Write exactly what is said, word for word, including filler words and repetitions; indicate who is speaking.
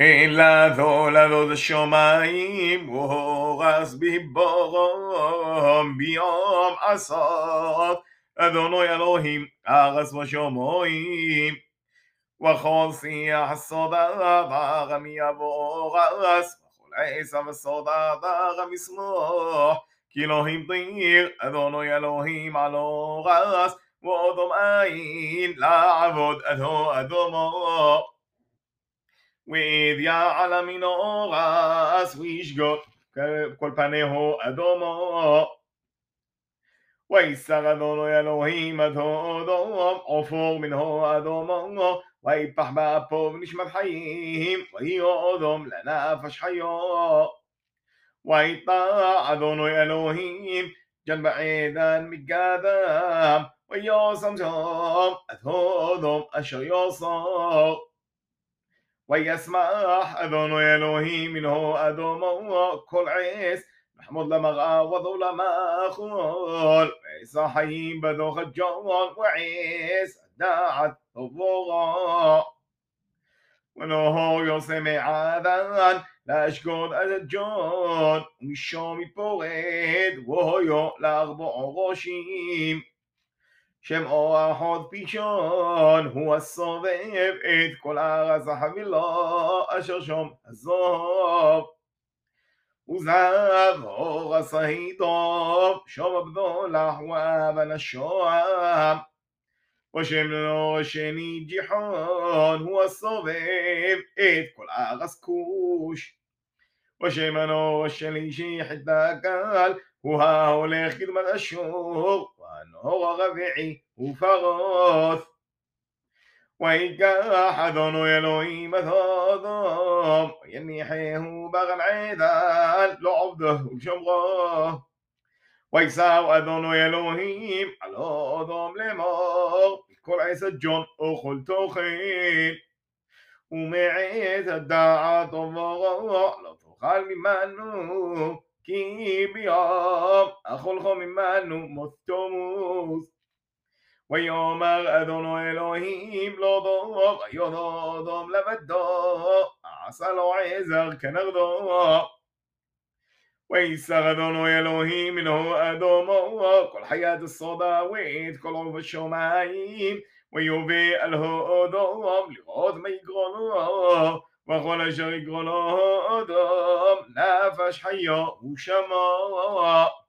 Speaker 1: אלא תולדות השמיים ורס בברום ביום עשות אדוני אלוהים ארץ ושמיים וכל שיח סודה דרם יבורס וכל עשב סודה דרם ישמח כי לא המטיר אדוני אלוהים עלו רס ואדום אין לעבוד אדו אדומו ויעלה מנורס וישגות כל פניהו אדומו ויסר אדוני אלוהים אדום עופור מנהו אדומו ויפח באפו ונשמת חיים ויהיו אדום לנפש חיו ויטע אדוני אלוהים ג'ן בעדן מגדם ויוסם שם אדום אשר יוסר וישמח אדוני אלוהים מנהו אדומו כל עץ מחמוד למראה ודו למאכול ועץ החיים בדוח הג'ון ועץ הדעת טובו ונהור יוסי מעדן לאשגוד עד הג'ון ומשום מפורד והויו לארבעו ראשים שמעו החוד פישון הוא הסובב את כל ארץ החבילה אשר שם עזוב וזהב אור הסהידוב שום הבדולח ואבן השוהם ושם לו השני ג'יחון הוא הסובב את כל ארץ כוש ושם לו השלישי חדקל הוא ההולך קדמת אשור והנהור הרביעי הוא פרוס ויקח אדוני אלוהים את אדום ויניחהו בגן עדן לעובדו ולשומרו ויסעו אדוני אלוהים על אדום לאמור כל עץ הג'ון אוכל תאכל ומעץ הדעת טובו לא תאכל ממנו כי ביום אכולך ממנו מות תמות ויאמר אדוני אלוהים לא דוב ויודו אדום לבדו עשה לו עזר כנגדו ויסר אדוני אלוהים מנהו אדומו כל חיית הסודה ואת כל עוף השמיים ויובא אל האדום לראות מה יגרונו וכל אשר יגרונו אדום נפש חיו ושמע